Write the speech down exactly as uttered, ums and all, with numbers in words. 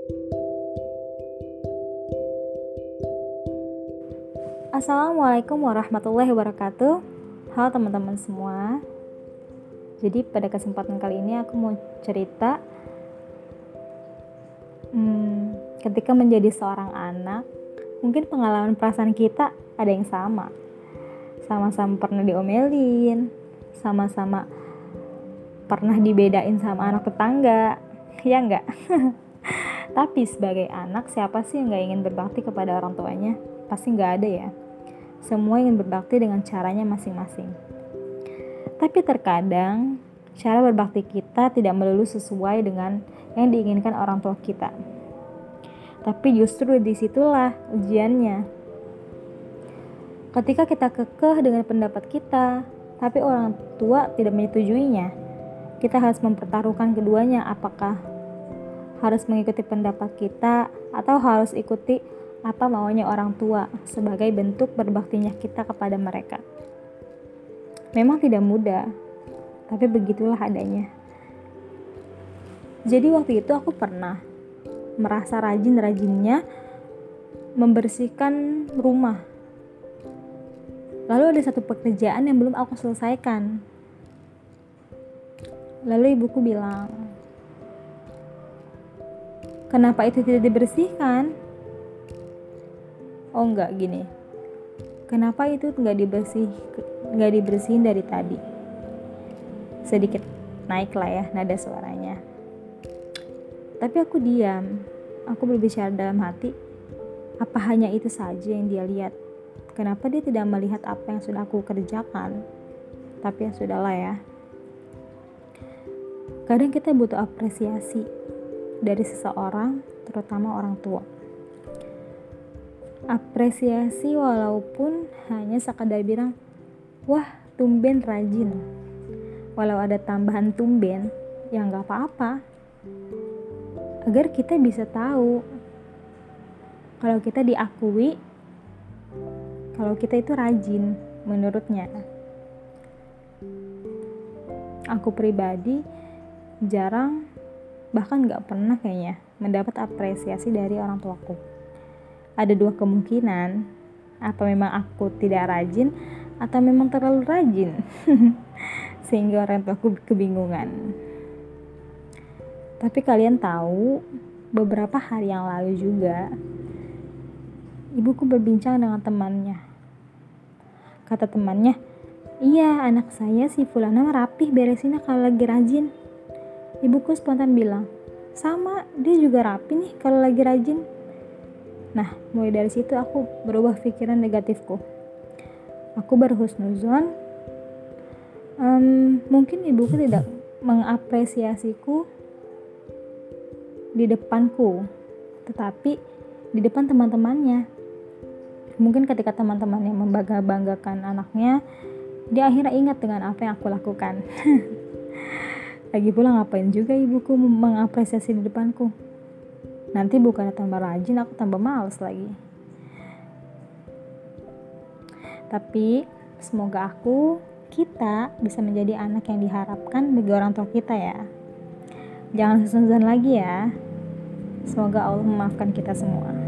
Assalamualaikum warahmatullahi wabarakatuh. Halo teman-teman semua. Jadi pada kesempatan kali ini aku mau cerita hmm, ketika menjadi seorang anak, mungkin pengalaman perasaan kita ada yang sama. Sama-sama pernah diomelin, sama-sama pernah dibedain sama anak tetangga, ya enggak? Tapi sebagai anak, siapa sih yang gak ingin berbakti kepada orang tuanya? Pasti gak ada ya. Semua ingin berbakti dengan caranya masing-masing. Tapi terkadang, cara berbakti kita tidak melulu sesuai dengan yang diinginkan orang tua kita. Tapi justru disitulah ujiannya. Ketika kita kekeh dengan pendapat kita, tapi orang tua tidak menyetujuinya, kita harus mempertaruhkan keduanya, apakah harus mengikuti pendapat kita atau harus ikuti apa maunya orang tua sebagai bentuk berbaktinya kita kepada mereka. Memang tidak mudah, tapi begitulah adanya. Jadi waktu itu aku pernah merasa rajin-rajinnya membersihkan rumah. Lalu ada satu pekerjaan yang belum aku selesaikan. Lalu ibuku bilang, "Kenapa itu tidak dibersihkan?" Oh enggak, gini. Kenapa itu enggak dibersih, enggak dibersihin dari tadi? Sedikit naik lah ya nada suaranya. Tapi aku diam. Aku berbicara dalam hati, apa hanya itu saja yang dia lihat? Kenapa dia tidak melihat apa yang sudah aku kerjakan? Tapi ya sudahlah ya. Kadang kita butuh apresiasi dari seseorang, terutama orang tua. Apresiasi walaupun hanya sekadar bilang, "Wah, tumben rajin." Walau ada tambahan tumben, ya nggak apa-apa. Agar kita bisa tahu kalau kita diakui, kalau kita itu rajin menurutnya. Aku pribadi jarang, bahkan nggak pernah kayaknya mendapat apresiasi dari orang tuaku. Ada dua kemungkinan, apa memang aku tidak rajin atau memang terlalu rajin sehingga orang tuaku kebingungan. Tapi kalian tahu, beberapa hari yang lalu juga ibuku berbincang dengan temannya. Kata temannya, "Iya, anak saya si Fulana rapih beresinnya kalau lagi rajin." Ibuku spontan bilang, "Sama, dia juga rapi nih kalau lagi rajin." Nah, mulai dari situ aku berubah pikiran negatifku. Aku berhusnuzon, um, mungkin ibuku tidak mengapresiasiku di depanku, tetapi di depan teman-temannya. Mungkin ketika teman-temannya membangga-banggakan anaknya, dia akhirnya ingat dengan apa yang aku lakukan. Lagi pula ngapain juga ibuku mengapresiasi di depanku? Nanti bukannya tambah rajin, aku tambah males lagi. Tapi semoga aku, kita bisa menjadi anak yang diharapkan bagi orang tua kita ya. Jangan husnuzon lagi ya. Semoga Allah memaafkan kita semua.